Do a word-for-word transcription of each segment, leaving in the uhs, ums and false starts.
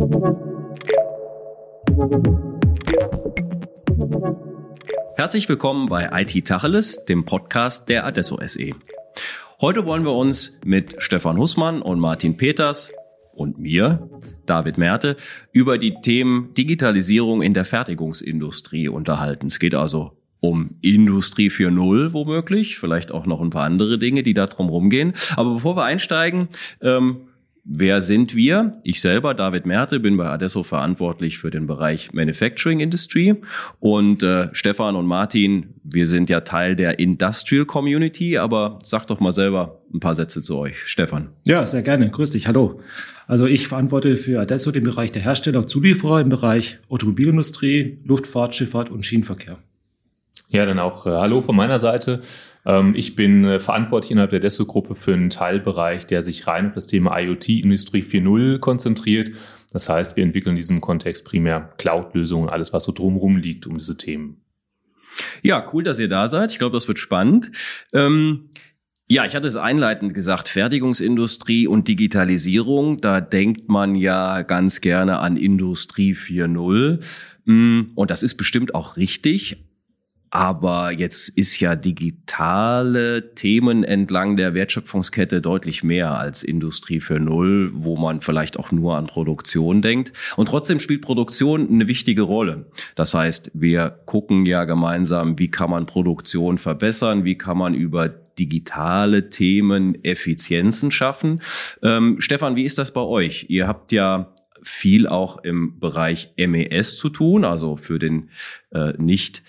Herzlich willkommen bei I T Tacheles, dem Podcast der Adesso S E. Heute wollen wir uns mit Stefan Hussmann und Martin Peters und mir, David Merte, über die Themen Digitalisierung in der Fertigungsindustrie unterhalten. Es geht also um Industrie vier Punkt null womöglich, vielleicht auch noch ein paar andere Dinge, die da drum rumgehen. Aber bevor wir einsteigen, ähm, wer sind wir? Ich selber, David Merte, bin bei Adesso verantwortlich für den Bereich Manufacturing Industry. Und äh, Stefan und Martin, wir sind ja Teil der Industrial Community. Aber sag doch mal selber ein paar Sätze zu euch. Stefan. Ja, sehr gerne. Grüß dich. Hallo. Also ich verantworte für Adesso den Bereich der Hersteller und Zulieferer im Bereich Automobilindustrie, Luftfahrt, Schifffahrt und Schienenverkehr. Ja, dann auch äh, hallo von meiner Seite. Ähm, ich bin äh, verantwortlich innerhalb der Adesso-Gruppe für einen Teilbereich, der sich rein auf das Thema IoT, Industrie vier Punkt null konzentriert. Das heißt, wir entwickeln in diesem Kontext primär Cloud-Lösungen, alles, was so drumherum liegt um diese Themen. Ja, cool, dass ihr da seid. Ich glaube, das wird spannend. Ähm Ja, ich hatte es einleitend gesagt, Fertigungsindustrie und Digitalisierung, da denkt man ja ganz gerne an Industrie vier Punkt null. Und das ist bestimmt auch richtig. Aber jetzt ist ja digitale Themen entlang der Wertschöpfungskette deutlich mehr als Industrie vier Punkt null, wo man vielleicht auch nur an Produktion denkt. Und trotzdem spielt Produktion eine wichtige Rolle. Das heißt, wir gucken ja gemeinsam, wie kann man Produktion verbessern, wie kann man über digitale Themen Effizienzen schaffen. Ähm, Stefan, wie ist das bei euch? Ihr habt ja viel auch im Bereich M E S zu tun, also für den äh, nicht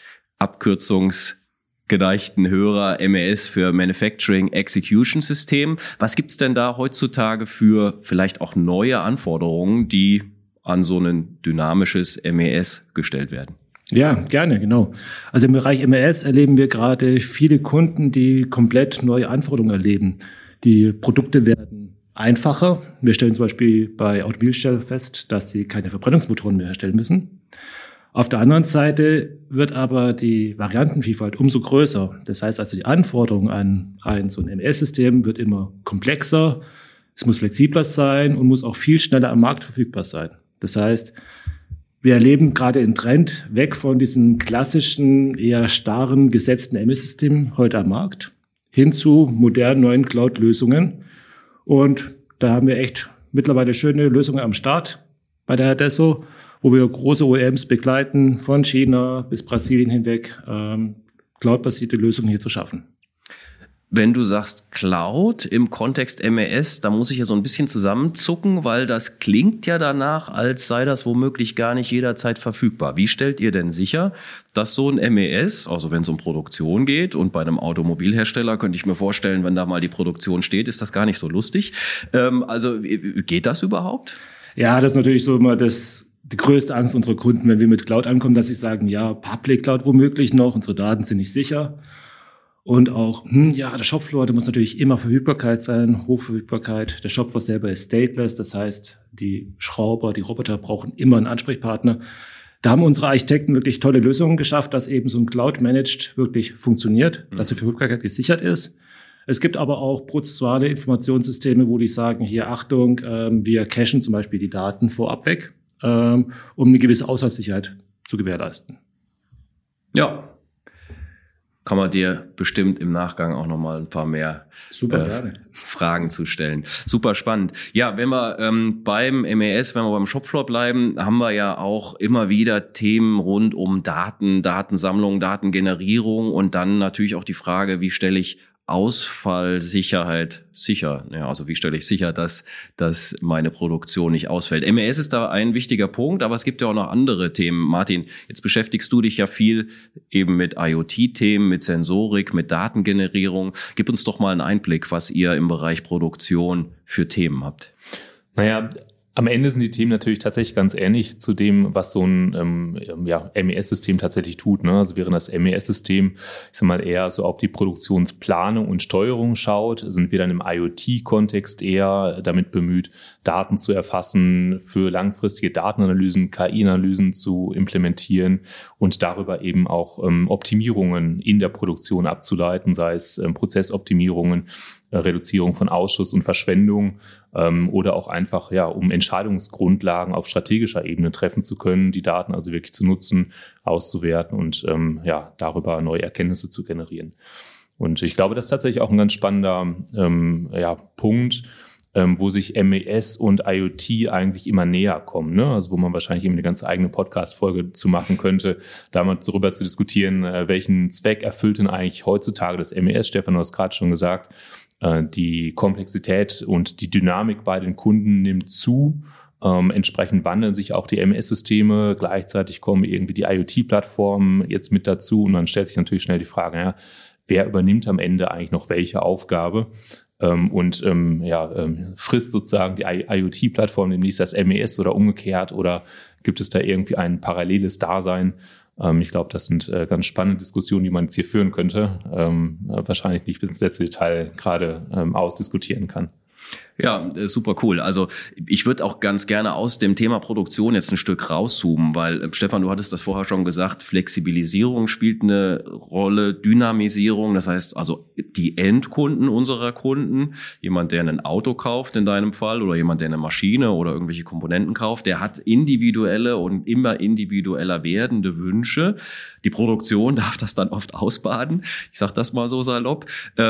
abkürzungsgeneigten Hörer M E S für Manufacturing Execution System. Was gibt's denn da heutzutage für vielleicht auch neue Anforderungen, die an so ein dynamisches M E S gestellt werden? Ja, gerne, genau. Also im Bereich M E S erleben wir gerade viele Kunden, die komplett neue Anforderungen erleben. Die Produkte werden einfacher. Wir stellen zum Beispiel bei Automobilherstellern fest, dass sie keine Verbrennungsmotoren mehr herstellen müssen. Auf der anderen Seite wird aber die Variantenvielfalt umso größer. Das heißt also, die Anforderung an ein so ein M E S-System wird immer komplexer. Es muss flexibler sein und muss auch viel schneller am Markt verfügbar sein. Das heißt, wir erleben gerade einen Trend weg von diesen klassischen, eher starren, gesetzten M E S-Systemen heute am Markt hin zu modernen, neuen Cloud-Lösungen. Und da haben wir echt mittlerweile schöne Lösungen am Start bei der Adesso, wo wir große O E Ms begleiten, von China bis Brasilien hinweg, ähm, cloud-basierte Lösungen hier zu schaffen. Wenn du sagst Cloud im Kontext M E S, da muss ich ja so ein bisschen zusammenzucken, weil das klingt ja danach, als sei das womöglich gar nicht jederzeit verfügbar. Wie stellt ihr denn sicher, dass so ein M E S, also wenn es um Produktion geht, und bei einem Automobilhersteller könnte ich mir vorstellen, wenn da mal die Produktion steht, ist das gar nicht so lustig. Ähm, also geht das überhaupt? Ja, das ist natürlich so immer das die größte Angst unserer Kunden, wenn wir mit Cloud ankommen, dass sie sagen, ja, Public Cloud womöglich noch, unsere Daten sind nicht sicher. Und auch, hm, ja, der Shopfloor, da muss natürlich immer Verfügbarkeit sein, Hochverfügbarkeit. Der Shopfloor selber ist stateless, das heißt, die Schrauber, die Roboter brauchen immer einen Ansprechpartner. Da haben unsere Architekten wirklich tolle Lösungen geschafft, dass eben so ein Cloud-Managed wirklich funktioniert, mhm. dass die Verfügbarkeit gesichert ist. Es gibt aber auch prozessuale Informationssysteme, wo die sagen, hier Achtung, ähm, wir cachen zum Beispiel die Daten vorab weg, ähm, um eine gewisse Ausfallsicherheit zu gewährleisten. Ja. Kann man dir bestimmt im Nachgang auch nochmal ein paar mehr Super, äh, gerne. Fragen zu stellen. Super spannend. Ja, wenn wir ähm, beim M E S, wenn wir beim Shopfloor bleiben, haben wir ja auch immer wieder Themen rund um Daten, Datensammlung, Datengenerierung und dann natürlich auch die Frage, wie stelle ich Ausfallsicherheit sicher. Ja, also wie stelle ich sicher, dass, dass meine Produktion nicht ausfällt. M E S ist da ein wichtiger Punkt, aber es gibt ja auch noch andere Themen. Martin, jetzt beschäftigst du dich ja viel eben mit IoT-Themen, mit Sensorik, mit Datengenerierung. Gib uns doch mal einen Einblick, was ihr im Bereich Produktion für Themen habt. Naja, am Ende sind die Themen natürlich tatsächlich ganz ähnlich zu dem, was so ein ähm, ja, M E S-System tatsächlich tut. Ne? Also während das M E S-System, ich sag mal, eher so auf die Produktionsplanung und Steuerung schaut, sind wir dann im IoT-Kontext eher damit bemüht, Daten zu erfassen, für langfristige Datenanalysen, K I-Analysen zu implementieren und darüber eben auch ähm, Optimierungen in der Produktion abzuleiten, sei es ähm, Prozessoptimierungen, äh, Reduzierung von Ausschuss und Verschwendung ähm, oder auch einfach, ja, um Entscheidungsgrundlagen auf strategischer Ebene treffen zu können, die Daten also wirklich zu nutzen, auszuwerten und ähm, ja, darüber neue Erkenntnisse zu generieren. Und ich glaube, das ist tatsächlich auch ein ganz spannender ähm, ja, Punkt, ähm, wo sich M E S und IoT eigentlich immer näher kommen, ne? Also wo man wahrscheinlich eben eine ganz eigene Podcast-Folge zu machen könnte, da mal darüber zu diskutieren, äh, welchen Zweck erfüllt denn eigentlich heutzutage das M E S? Stefan, du hast gerade schon gesagt, äh, die Komplexität und die Dynamik bei den Kunden nimmt zu. Ähm, entsprechend wandeln sich auch die M E S-Systeme. Gleichzeitig kommen irgendwie die IoT-Plattformen jetzt mit dazu und dann stellt sich natürlich schnell die Frage, ja, wer übernimmt am Ende eigentlich noch welche Aufgabe ähm, und ähm, ja, ähm, frisst sozusagen die IoT-Plattform demnächst das M E S oder umgekehrt oder gibt es da irgendwie ein paralleles Dasein? Ähm, ich glaube, das sind äh, ganz spannende Diskussionen, die man jetzt hier führen könnte, ähm, äh, wahrscheinlich nicht bis ins letzte Detail gerade ähm, ausdiskutieren kann. Ja, super cool. Also ich würde auch ganz gerne aus dem Thema Produktion jetzt ein Stück rauszoomen, weil Stefan, du hattest das vorher schon gesagt, Flexibilisierung spielt eine Rolle, Dynamisierung, das heißt also die Endkunden unserer Kunden, jemand, der ein Auto kauft in deinem Fall oder jemand, der eine Maschine oder irgendwelche Komponenten kauft, der hat individuelle und immer individueller werdende Wünsche. Die Produktion darf das dann oft ausbaden, ich sage das mal so salopp,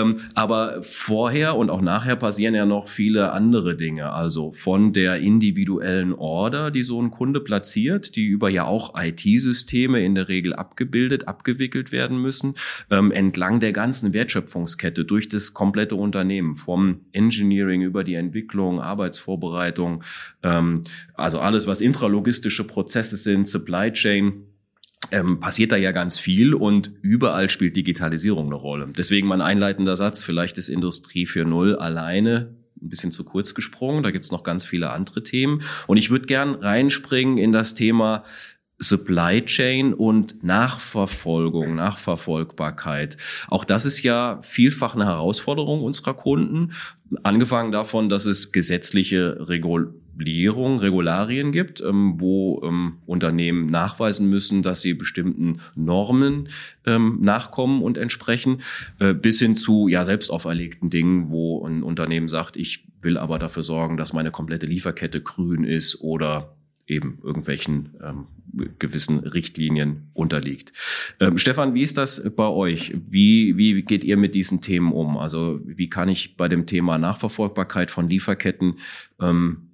aber vorher und auch nachher passieren ja noch viele andere Dinge, also von der individuellen Order, die so ein Kunde platziert, die über ja auch I T-Systeme in der Regel abgebildet, abgewickelt werden müssen, ähm, entlang der ganzen Wertschöpfungskette durch das komplette Unternehmen, vom Engineering über die Entwicklung, Arbeitsvorbereitung, ähm, also alles, was intralogistische Prozesse sind, Supply Chain, Ähm, passiert da ja ganz viel und überall spielt Digitalisierung eine Rolle. Deswegen mein einleitender Satz, vielleicht ist Industrie vier Punkt null alleine ein bisschen zu kurz gesprungen, da gibt's noch ganz viele andere Themen. Und ich würde gern reinspringen in das Thema Supply Chain und Nachverfolgung, Nachverfolgbarkeit. Auch das ist ja vielfach eine Herausforderung unserer Kunden. Angefangen davon, dass es gesetzliche Regulierung, Regularien gibt, ähm, wo ähm, Unternehmen nachweisen müssen, dass sie bestimmten Normen ähm, nachkommen und entsprechen, äh, bis hin zu ja selbst auferlegten Dingen, wo ein Unternehmen sagt, ich will aber dafür sorgen, dass meine komplette Lieferkette grün ist oder eben irgendwelchen ähm, gewissen Richtlinien unterliegt. Ähm, Stefan, wie ist das bei euch? Wie, wie geht ihr mit diesen Themen um? Also wie kann ich bei dem Thema Nachverfolgbarkeit von Lieferketten, ähm,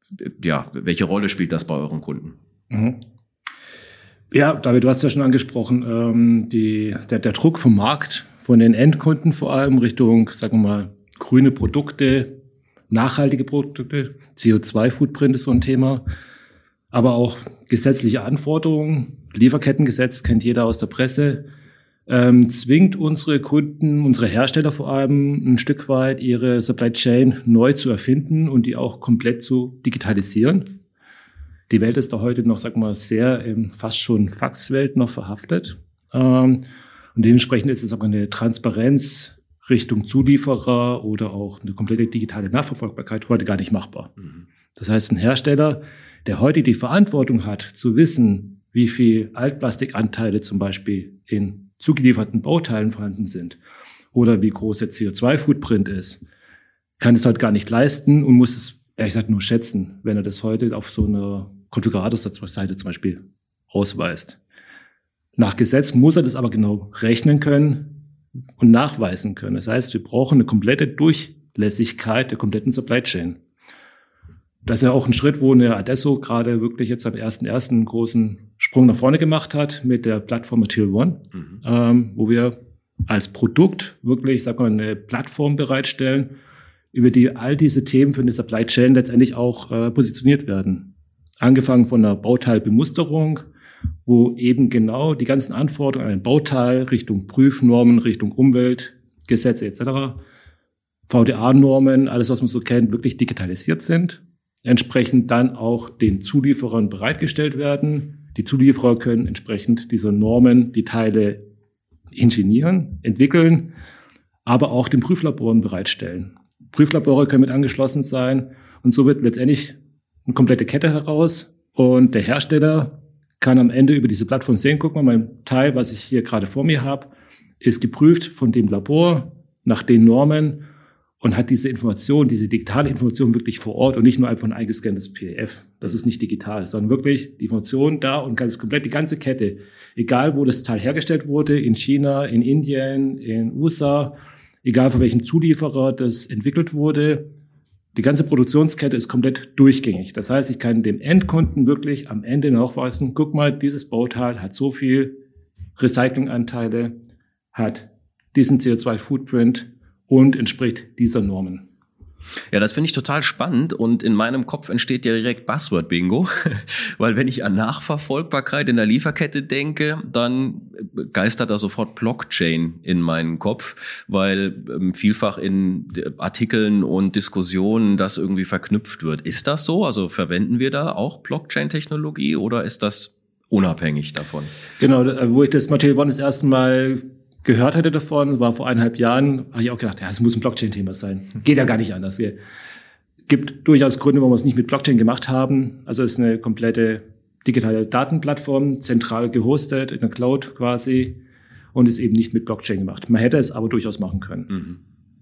ja, welche Rolle spielt das bei euren Kunden? Mhm. Ja, David, du hast ja schon angesprochen, ähm, die, der, der Druck vom Markt, von den Endkunden vor allem Richtung, sagen wir mal, grüne Produkte, nachhaltige Produkte, C O zwei Footprint ist so ein Thema, aber auch gesetzliche Anforderungen, Lieferkettengesetz kennt jeder aus der Presse, ähm, zwingt unsere Kunden, unsere Hersteller vor allem ein Stück weit ihre Supply Chain neu zu erfinden und die auch komplett zu digitalisieren. Die Welt ist da heute noch, sag mal, sehr ähm, fast schon Faxwelt noch verhaftet. Ähm, und dementsprechend ist es auch eine Transparenz Richtung Zulieferer oder auch eine komplette digitale Nachverfolgbarkeit heute gar nicht machbar. Mhm. Das heißt, ein Hersteller, der heute die Verantwortung hat, zu wissen, wie viel Altplastikanteile zum Beispiel in zugelieferten Bauteilen vorhanden sind oder wie groß der C O zwei Footprint ist, kann es halt gar nicht leisten und muss es, ehrlich gesagt, nur schätzen, wenn er das heute auf so einer Konfiguratorseite zum Beispiel ausweist. Nach Gesetz muss er das aber genau rechnen können und nachweisen können. Das heißt, wir brauchen eine komplette Durchlässigkeit der kompletten Supply Chain. Das ist ja auch ein Schritt, wo eine Adesso gerade wirklich jetzt am ersten ersten einen großen Sprung nach vorne gemacht hat mit der Plattform Material One, mhm. ähm, wo wir als Produkt wirklich, sag mal, eine Plattform bereitstellen, über die all diese Themen für eine Supply Chain letztendlich auch äh, positioniert werden. Angefangen von der Bauteilbemusterung, wo eben genau die ganzen Anforderungen an ein Bauteil Richtung Prüfnormen, Richtung Umweltgesetze et cetera, V D A-Normen, alles, was man so kennt, wirklich digitalisiert sind. Entsprechend dann auch den Zulieferern bereitgestellt werden. Die Zulieferer können entsprechend dieser Normen die Teile ingenieren, entwickeln, aber auch den Prüflaboren bereitstellen. Prüflabore können mit angeschlossen sein und so wird letztendlich eine komplette Kette heraus und der Hersteller kann am Ende über diese Plattform sehen, guck mal, mein Teil, was ich hier gerade vor mir habe, ist geprüft von dem Labor nach den Normen und hat diese Information, diese digitale Information wirklich vor Ort und nicht nur einfach ein eingescanntes P D F. Das ist nicht digital, sondern wirklich die Information da und ganz komplett die ganze Kette. Egal, wo das Teil hergestellt wurde, in China, in Indien, in U S A, egal von welchem Zulieferer das entwickelt wurde, die ganze Produktionskette ist komplett durchgängig. Das heißt, ich kann dem Endkunden wirklich am Ende nachweisen, guck mal, dieses Bauteil hat so viel Recyclinganteile, hat diesen C O zwei Footprint und entspricht dieser Normen. Ja, das finde ich total spannend und in meinem Kopf entsteht ja direkt Buzzword-Bingo, weil wenn ich an Nachverfolgbarkeit in der Lieferkette denke, dann geistert da sofort Blockchain in meinen Kopf, weil ähm, vielfach in Artikeln und Diskussionen das irgendwie verknüpft wird. Ist das so? Also verwenden wir da auch Blockchain-Technologie oder ist das unabhängig davon? Genau, wo ich das Material One das erste Mal gehört hatte davon, war vor eineinhalb Jahren, habe ich auch gedacht, ja, es muss ein Blockchain-Thema sein. Geht ja gar nicht anders. Es gibt durchaus Gründe, warum wir es nicht mit Blockchain gemacht haben. Also es ist eine komplette digitale Datenplattform, zentral gehostet, in der Cloud quasi, und ist eben nicht mit Blockchain gemacht. Man hätte es aber durchaus machen können. Mhm.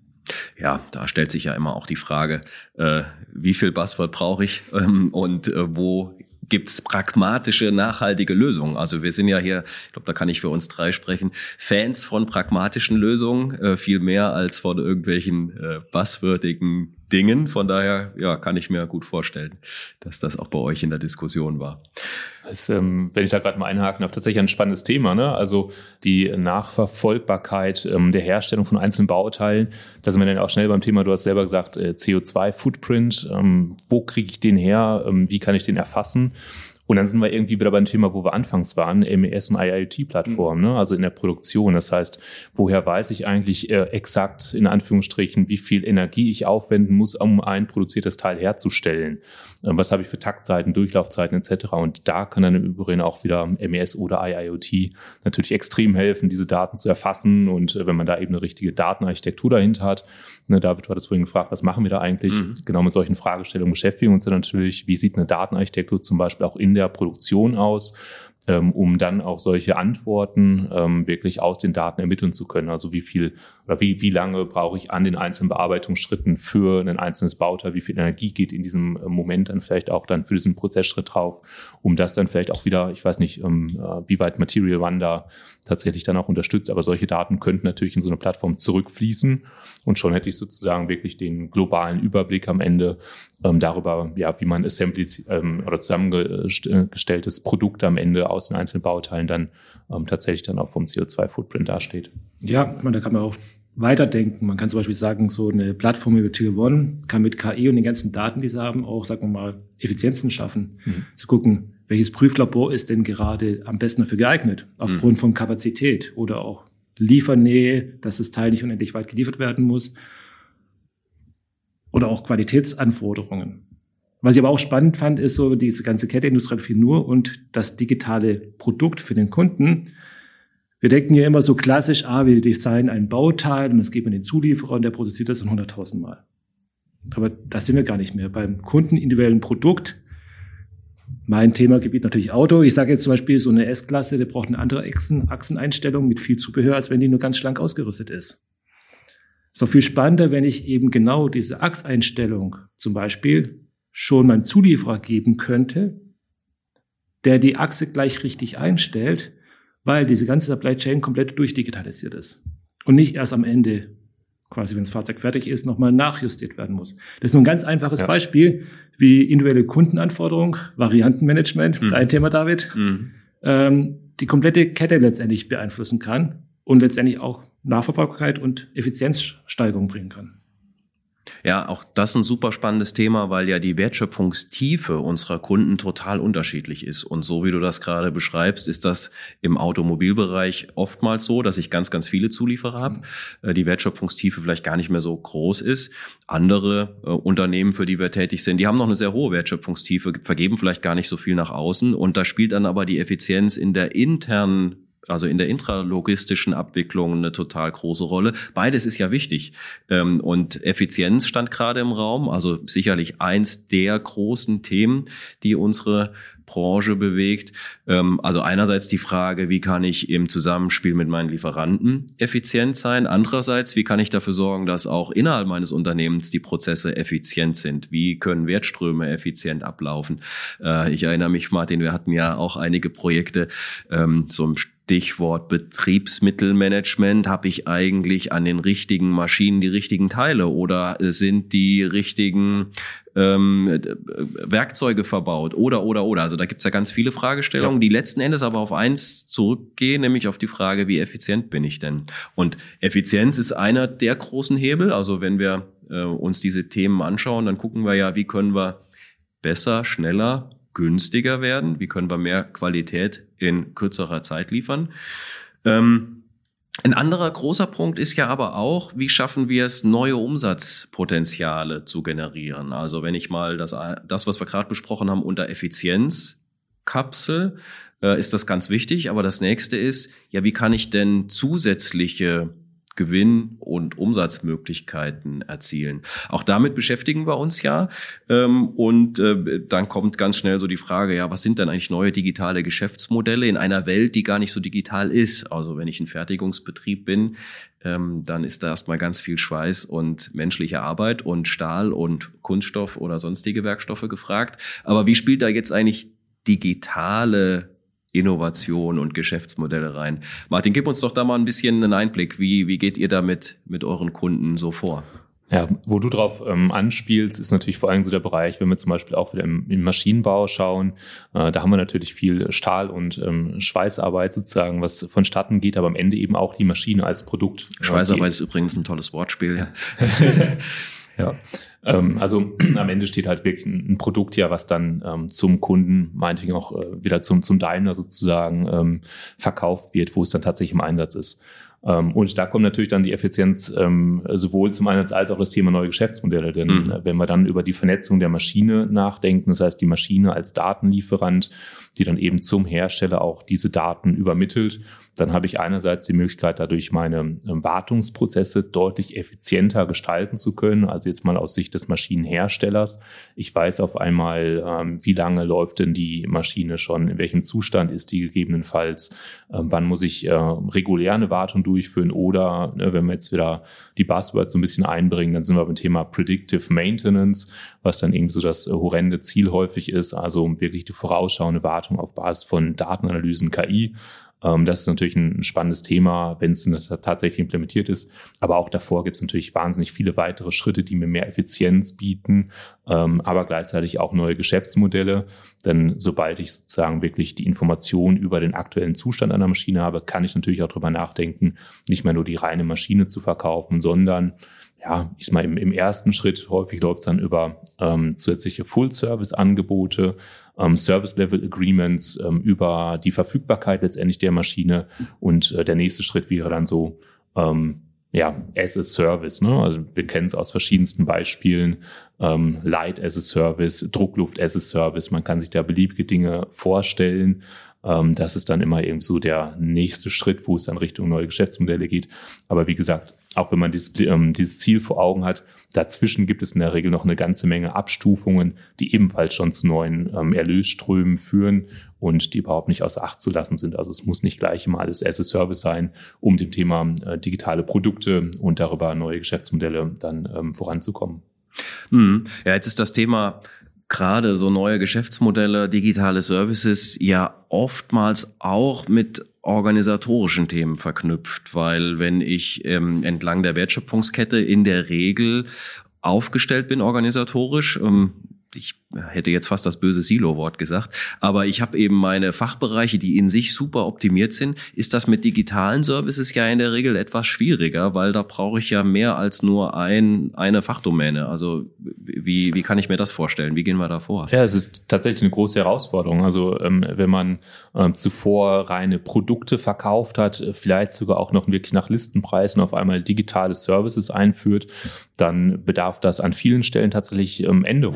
Ja, da stellt sich ja immer auch die Frage, äh, wie viel Buzzword brauche ich ähm, und äh, wo gibt's pragmatische, nachhaltige Lösungen. Also wir sind ja hier, ich glaube, da kann ich für uns drei sprechen, Fans von pragmatischen Lösungen, äh, viel mehr als von irgendwelchen äh, buzzwordigen Dingen. Von daher, ja, kann ich mir gut vorstellen, dass das auch bei euch in der Diskussion war. Das, ähm, wenn ich da gerade mal einhaken darf, tatsächlich ein spannendes Thema, ne? Also die Nachverfolgbarkeit ähm, der Herstellung von einzelnen Bauteilen. Da sind wir dann auch schnell beim Thema, du hast selber gesagt, äh, C O zwei Footprint. Ähm, wo kriege ich den her? Ähm, wie kann ich den erfassen? Und dann sind wir irgendwie wieder beim Thema, wo wir anfangs waren, M E S und I I O T-Plattformen, ne? Also in der Produktion. Das heißt, woher weiß ich eigentlich äh, exakt, in Anführungsstrichen, wie viel Energie ich aufwenden muss, um ein produziertes Teil herzustellen? Ähm, was habe ich für Taktzeiten, Durchlaufzeiten et cetera. Und da kann dann im Übrigen auch wieder M E S oder I I O T natürlich extrem helfen, diese Daten zu erfassen. Und äh, wenn man da eben eine richtige Datenarchitektur dahinter hat, ne, David, du hattest vorhin gefragt, was machen wir da eigentlich? Mhm. Genau mit solchen Fragestellungen beschäftigen wir uns dann natürlich. Wie sieht eine Datenarchitektur zum Beispiel auch in der Produktion aus, ähm, um dann auch solche Antworten ähm, wirklich aus den Daten ermitteln zu können. Also wie viel oder wie, wie lange brauche ich an den einzelnen Bearbeitungsschritten für ein einzelnes Bauteil, wie viel Energie geht in diesem Moment dann vielleicht auch dann für diesen Prozessschritt drauf, um das dann vielleicht auch wieder, ich weiß nicht, ähm, wie weit Material One da tatsächlich dann auch unterstützt, aber solche Daten könnten natürlich in so eine Plattform zurückfließen und schon hätte ich sozusagen wirklich den globalen Überblick am Ende ähm, darüber, ja, wie man Assembly ähm, oder zusammengestelltes Produkt am Ende aus den einzelnen Bauteilen dann ähm, tatsächlich dann auch vom C O zwei Footprint dasteht. Ja, man, da kann man auch weiterdenken. Man kann zum Beispiel sagen, so eine Plattform wie Material One kann mit K I und den ganzen Daten, die sie haben, auch, sagen wir mal, Effizienzen schaffen. Mhm. Zu gucken, welches Prüflabor ist denn gerade am besten dafür geeignet, aufgrund mhm. von Kapazität oder auch Liefernähe, dass das Teil nicht unendlich weit geliefert werden muss. Oder auch Qualitätsanforderungen. Was ich aber auch spannend fand, ist so diese ganze Kette Industrie vier Punkt null und das digitale Produkt für den Kunden. Wir denken ja immer so klassisch, ah, wir designen ein Bauteil und es geht an den Zulieferer und der produziert das dann hunderttausend Mal. Aber das sind wir gar nicht mehr. Beim kundenindividuellen Produkt, mein Themagebiet natürlich Auto. Ich sage jetzt zum Beispiel, so eine S-Klasse, der braucht eine andere Achsen, Achseneinstellung mit viel Zubehör, als wenn die nur ganz schlank ausgerüstet ist. Ist doch viel spannender, wenn ich eben genau diese Achseinstellung zum Beispiel schon meinem Zulieferer geben könnte, der die Achse gleich richtig einstellt, weil diese ganze Supply Chain komplett durchdigitalisiert ist und nicht erst am Ende, quasi wenn das Fahrzeug fertig ist, nochmal nachjustiert werden muss. Das ist nur ein ganz einfaches ja. Beispiel, wie individuelle Kundenanforderung, Variantenmanagement, mhm. dein Thema, David, mhm. ähm, die komplette Kette letztendlich beeinflussen kann und letztendlich auch Nachverfolgbarkeit und Effizienzsteigerung bringen kann. Ja, auch das ist ein super spannendes Thema, weil ja die Wertschöpfungstiefe unserer Kunden total unterschiedlich ist. Und so wie du das gerade beschreibst, ist das im Automobilbereich oftmals so, dass ich ganz, ganz viele Zulieferer habe, mhm. die Wertschöpfungstiefe vielleicht gar nicht mehr so groß ist. Andere äh, Unternehmen, für die wir tätig sind, die haben noch eine sehr hohe Wertschöpfungstiefe, vergeben vielleicht gar nicht so viel nach außen. Und da spielt dann aber die Effizienz in der internen also in der intralogistischen Abwicklung eine total große Rolle. Beides ist ja wichtig. Und Effizienz stand gerade im Raum, also sicherlich eins der großen Themen, die unsere Branche bewegt. Also einerseits die Frage, wie kann ich im Zusammenspiel mit meinen Lieferanten effizient sein? Andererseits, wie kann ich dafür sorgen, dass auch innerhalb meines Unternehmens die Prozesse effizient sind? Wie können Wertströme effizient ablaufen? Ich erinnere mich, Martin, wir hatten ja auch einige Projekte, so im Stichwort Betriebsmittelmanagement. Habe ich eigentlich an den richtigen Maschinen die richtigen Teile oder sind die richtigen ähm, Werkzeuge verbaut oder, oder, oder. Also da gibt's ja ganz viele Fragestellungen, ja, die letzten Endes aber auf eins zurückgehen, nämlich auf die Frage, wie effizient bin ich denn? Und Effizienz ist einer der großen Hebel. Also wenn wir äh, uns diese Themen anschauen, dann gucken wir ja, wie können wir besser, schneller, günstiger werden? Wie können wir mehr Qualität in kürzerer Zeit liefern? Ähm, ein anderer großer Punkt ist ja aber auch, wie schaffen wir es, neue Umsatzpotenziale zu generieren? Also wenn ich mal das, das was wir gerade besprochen haben, unter Effizienzkapsel, äh, ist das ganz wichtig. Aber das nächste ist, ja, wie kann ich denn zusätzliche Gewinn- und Umsatzmöglichkeiten erzielen. Auch damit beschäftigen wir uns ja. Und dann kommt ganz schnell so die Frage, ja, was sind denn eigentlich neue digitale Geschäftsmodelle in einer Welt, die gar nicht so digital ist? Also wenn ich ein Fertigungsbetrieb bin, dann ist da erstmal ganz viel Schweiß und menschliche Arbeit und Stahl und Kunststoff oder sonstige Werkstoffe gefragt. Aber wie spielt da jetzt eigentlich digitale Innovation und Geschäftsmodelle rein? Martin, gib uns doch da mal ein bisschen einen Einblick. Wie, wie geht ihr damit mit euren Kunden so vor? Ja, wo du drauf ähm, anspielst, ist natürlich vor allem so der Bereich, wenn wir zum Beispiel auch wieder im, im Maschinenbau schauen, äh, da haben wir natürlich viel Stahl- und ähm, Schweißarbeit sozusagen, was vonstatten geht, aber am Ende eben auch die Maschine als Produkt. Schweißarbeit äh, ist übrigens ein tolles Wortspiel. Ja. Ja, ähm, also am Ende steht halt wirklich ein, ein Produkt ja, was dann ähm, zum Kunden, meinetwegen auch äh, wieder zum, zum Daimler sozusagen ähm, verkauft wird, wo es dann tatsächlich im Einsatz ist. Ähm, und da kommt natürlich dann die Effizienz ähm, sowohl zum Einsatz als auch das Thema neue Geschäftsmodelle. Denn mhm. wenn wir dann über die Vernetzung der Maschine nachdenken, das heißt die Maschine als Datenlieferant, die dann eben zum Hersteller auch diese Daten übermittelt, dann habe ich einerseits die Möglichkeit, dadurch meine ähm, Wartungsprozesse deutlich effizienter gestalten zu können. Also jetzt mal aus Sicht des Maschinenherstellers. Ich weiß auf einmal, ähm, wie lange läuft denn die Maschine schon, in welchem Zustand ist die gegebenenfalls, ähm, wann muss ich äh, regulär eine Wartung durchführen oder ne, wenn wir jetzt wieder die Buzzwords so ein bisschen einbringen, dann sind wir beim Thema Predictive Maintenance, was dann eben so das äh, horrende Ziel häufig ist, also wirklich die vorausschauende Wartung auf Basis von Datenanalysen, K I. Das ist natürlich ein spannendes Thema, wenn es tatsächlich implementiert ist. Aber auch davor gibt es natürlich wahnsinnig viele weitere Schritte, die mir mehr Effizienz bieten, aber gleichzeitig auch neue Geschäftsmodelle. Denn sobald ich sozusagen wirklich die Information über den aktuellen Zustand einer Maschine habe, kann ich natürlich auch darüber nachdenken, nicht mehr nur die reine Maschine zu verkaufen, sondern ja, ich mal im, im ersten Schritt häufig läuft es dann über ähm, zusätzliche Full-Service-Angebote, ähm, Service-Level-Agreements, ähm, über die Verfügbarkeit letztendlich der Maschine und äh, der nächste Schritt wäre dann so, ähm, ja, as a Service, ne? Also wir kennen es aus verschiedensten Beispielen, ähm, Light as a Service, Druckluft as a Service, man kann sich da beliebige Dinge vorstellen. Ähm, das ist dann immer eben so der nächste Schritt, wo es dann Richtung neue Geschäftsmodelle geht. Aber wie gesagt, auch wenn man dieses, ähm, dieses Ziel vor Augen hat, dazwischen gibt es in der Regel noch eine ganze Menge Abstufungen, die ebenfalls schon zu neuen ähm, Erlösströmen führen und die überhaupt nicht außer Acht zu lassen sind. Also es muss nicht gleich immer alles as a Service sein, um dem Thema äh, digitale Produkte und darüber neue Geschäftsmodelle dann ähm, voranzukommen. Hm. Ja, jetzt ist das Thema gerade so neue Geschäftsmodelle, digitale Services ja oftmals auch mit organisatorischen Themen verknüpft, weil wenn ich ähm, entlang der Wertschöpfungskette in der Regel aufgestellt bin organisatorisch, ähm, ich hätte jetzt fast das böse Silo-Wort gesagt, aber ich habe eben meine Fachbereiche, die in sich super optimiert sind, ist das mit digitalen Services ja in der Regel etwas schwieriger, weil da brauche ich ja mehr als nur ein eine Fachdomäne. Also wie wie kann ich mir das vorstellen? Wie gehen wir da vor? Ja, es ist tatsächlich eine große Herausforderung. Also ähm, wenn man ähm, zuvor reine Produkte verkauft hat, vielleicht sogar auch noch wirklich nach Listenpreisen auf einmal digitale Services einführt, dann bedarf das an vielen Stellen tatsächlich ähm, Änderungen, ne?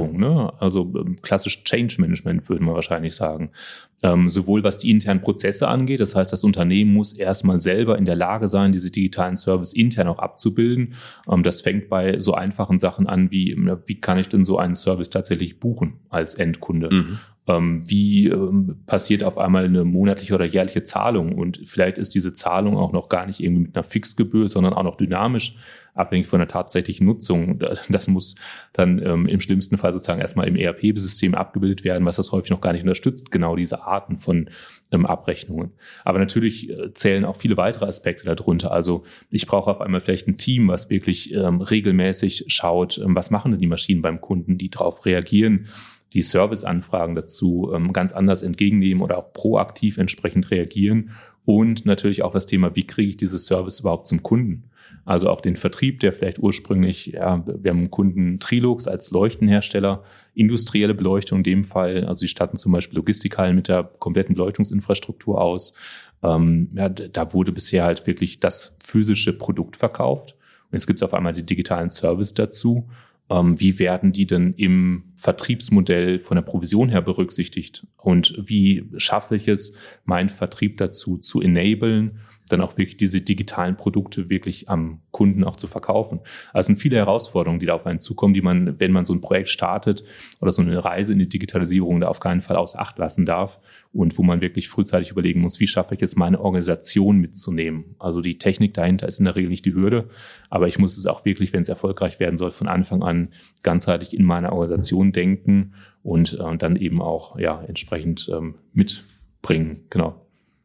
ne? Also ähm, klassisch Change Management würde man wahrscheinlich sagen. Ähm, sowohl was die internen Prozesse angeht, das heißt, das Unternehmen muss erstmal selber in der Lage sein, diese digitalen Service intern auch abzubilden. Ähm, das fängt bei so einfachen Sachen an wie, wie kann ich denn so einen Service tatsächlich buchen als Endkunde? Mhm. Ähm, wie ähm, passiert auf einmal eine monatliche oder jährliche Zahlung? Und vielleicht ist diese Zahlung auch noch gar nicht irgendwie mit einer Fixgebühr, sondern auch noch dynamisch, abhängig von der tatsächlichen Nutzung. Das muss dann ähm, im schlimmsten Fall sozusagen erstmal im E R P-System abgebildet werden, was das häufig noch gar nicht unterstützt, genau diese Arten von ähm, Abrechnungen. Aber natürlich äh, zählen auch viele weitere Aspekte darunter. Also ich brauche auf einmal vielleicht ein Team, was wirklich ähm, regelmäßig schaut, ähm, was machen denn die Maschinen beim Kunden, die darauf reagieren, die Serviceanfragen dazu ähm, ganz anders entgegennehmen oder auch proaktiv entsprechend reagieren. Und natürlich auch das Thema, wie kriege ich dieses Service überhaupt zum Kunden? Also auch den Vertrieb, der vielleicht ursprünglich, ja, wir haben einen Kunden Trilux als Leuchtenhersteller, industrielle Beleuchtung in dem Fall, also sie statten zum Beispiel Logistikhallen mit der kompletten Beleuchtungsinfrastruktur aus. Ähm, ja, da wurde bisher halt wirklich das physische Produkt verkauft. Und jetzt gibt es auf einmal den digitalen Service dazu. Ähm, wie werden die denn im Vertriebsmodell von der Provision her berücksichtigt? Und wie schaffe ich es, meinen Vertrieb dazu zu enablen, dann auch wirklich diese digitalen Produkte wirklich am Kunden auch zu verkaufen? Also es sind viele Herausforderungen, die da auf einen zukommen, die man, wenn man so ein Projekt startet oder so eine Reise in die Digitalisierung, da auf keinen Fall außer Acht lassen darf und wo man wirklich frühzeitig überlegen muss, wie schaffe ich es, meine Organisation mitzunehmen? Also die Technik dahinter ist in der Regel nicht die Hürde, aber ich muss es auch wirklich, wenn es erfolgreich werden soll, von Anfang an ganzheitlich in meiner Organisation denken und äh, dann eben auch ja entsprechend ähm, mitbringen. Genau.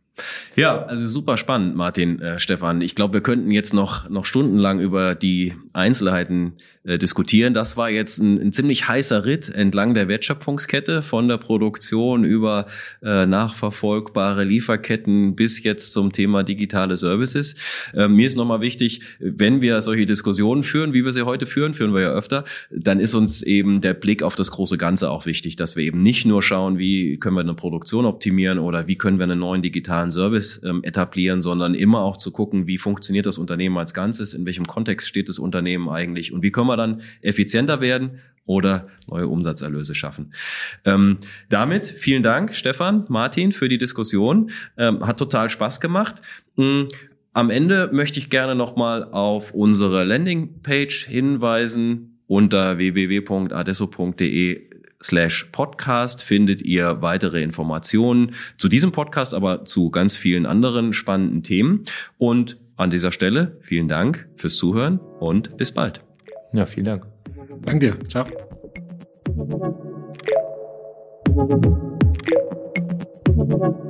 Ja, also super spannend, Martin, äh, Stefan. Ich glaube, wir könnten jetzt noch noch stundenlang über die Einzelheiten äh, diskutieren. Das war jetzt ein, ein ziemlich heißer Ritt entlang der Wertschöpfungskette, von der Produktion über äh, nachverfolgbare Lieferketten bis jetzt zum Thema digitale Services. Äh, mir ist nochmal wichtig, wenn wir solche Diskussionen führen, wie wir sie heute führen, führen wir ja öfter, dann ist uns eben der Blick auf das große Ganze auch wichtig, dass wir eben nicht nur schauen, wie können wir eine Produktion optimieren oder wie können wir einen neuen digitalen Service ähm, etablieren, sondern immer auch zu gucken, wie funktioniert das Unternehmen als Ganzes, in welchem Kontext steht das Unternehmen eigentlich und wie können wir dann effizienter werden oder neue Umsatzerlöse schaffen. Ähm, damit vielen Dank, Stefan, Martin, für die Diskussion. Ähm, hat total Spaß gemacht. Ähm, am Ende möchte ich gerne nochmal auf unsere Landingpage hinweisen. Unter w w w punkt adesso punkt de slash Podcast findet ihr weitere Informationen zu diesem Podcast, aber zu ganz vielen anderen spannenden Themen. Und an dieser Stelle vielen Dank fürs Zuhören und bis bald. Ja, vielen Dank. Danke dir. Ciao. Thank you.